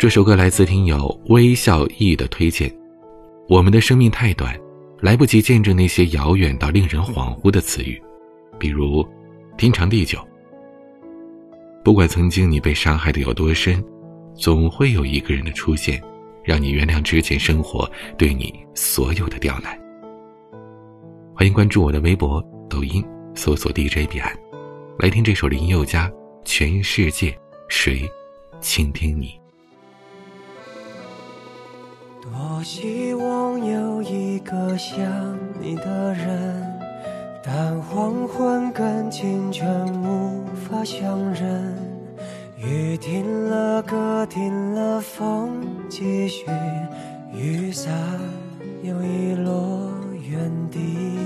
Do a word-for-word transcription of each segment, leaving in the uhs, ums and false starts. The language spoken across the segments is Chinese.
这首歌来自听友微笑意的推荐。我们的生命太短，来不及见证那些遥远到令人恍惚的词语，比如天长地久。不管曾经你被伤害的有多深，总会有一个人的出现，让你原谅之前生活对你所有的刁难。欢迎关注我的微博、抖音，搜索 D J 彼岸，来听这首林宥嘉《全世界谁倾听你》。 多希望有一个像你的人，但黄昏跟清晨无法相认。雨停了，歌停了，风继续，雨伞又遗落原地。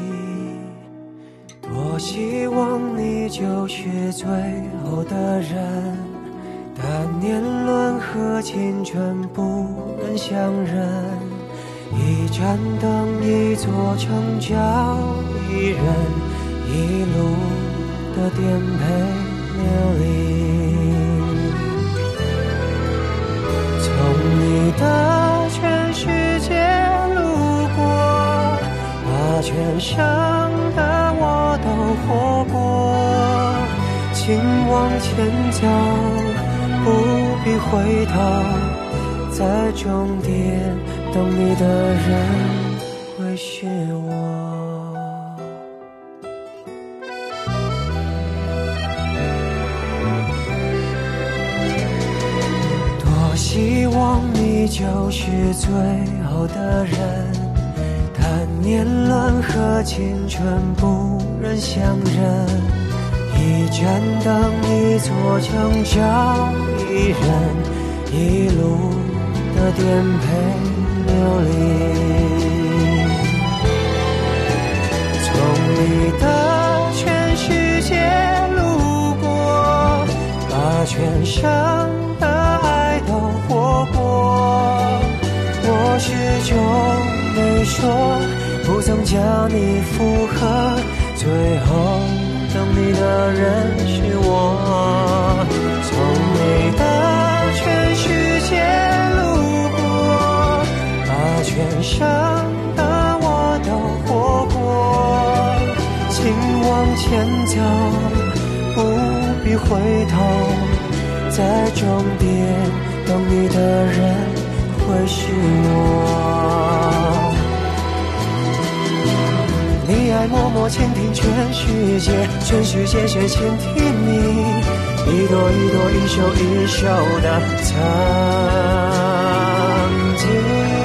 多希望你就是最后的人，但年轮和青春不能相认。一盏灯，一座城，叫一人，一路的颠沛流离。从你的全世界路过，把全盛的我都活过。请往前走，不必回头，在终点等你的人会是我。多希望你就是最后的人，但年轮和青春不忍相认。一盏灯，一座城，叫一人，一路的颠沛流离。从你的全世界路过，把全盛的爱都活过。我始终没说，不曾将你附和，最后等你的人是我。从你的全世界路过，把全盛的我都活过。请往前走，不必回头，在终点等你的人会是我。你爱默默倾听全世界，全世界谁倾听你？一朵一朵，一首一首的曾经。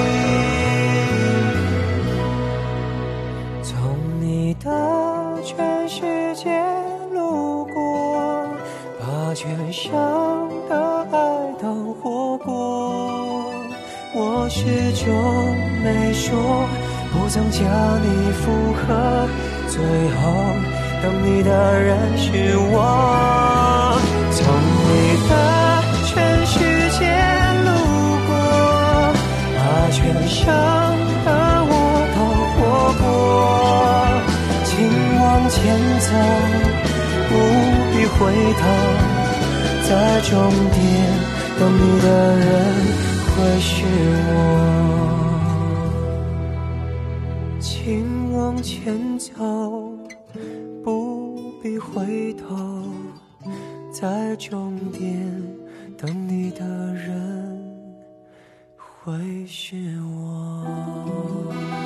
从你的全世界路过，把全盛的爱都活过。我始终没说，不曾将你附和，最后等你的人是我。从你的全世界路过，把全盛的我都活过。请往前走，不必回头，在终点等你的人会是我。请往前走，不必回头，在终点等你的人会是我。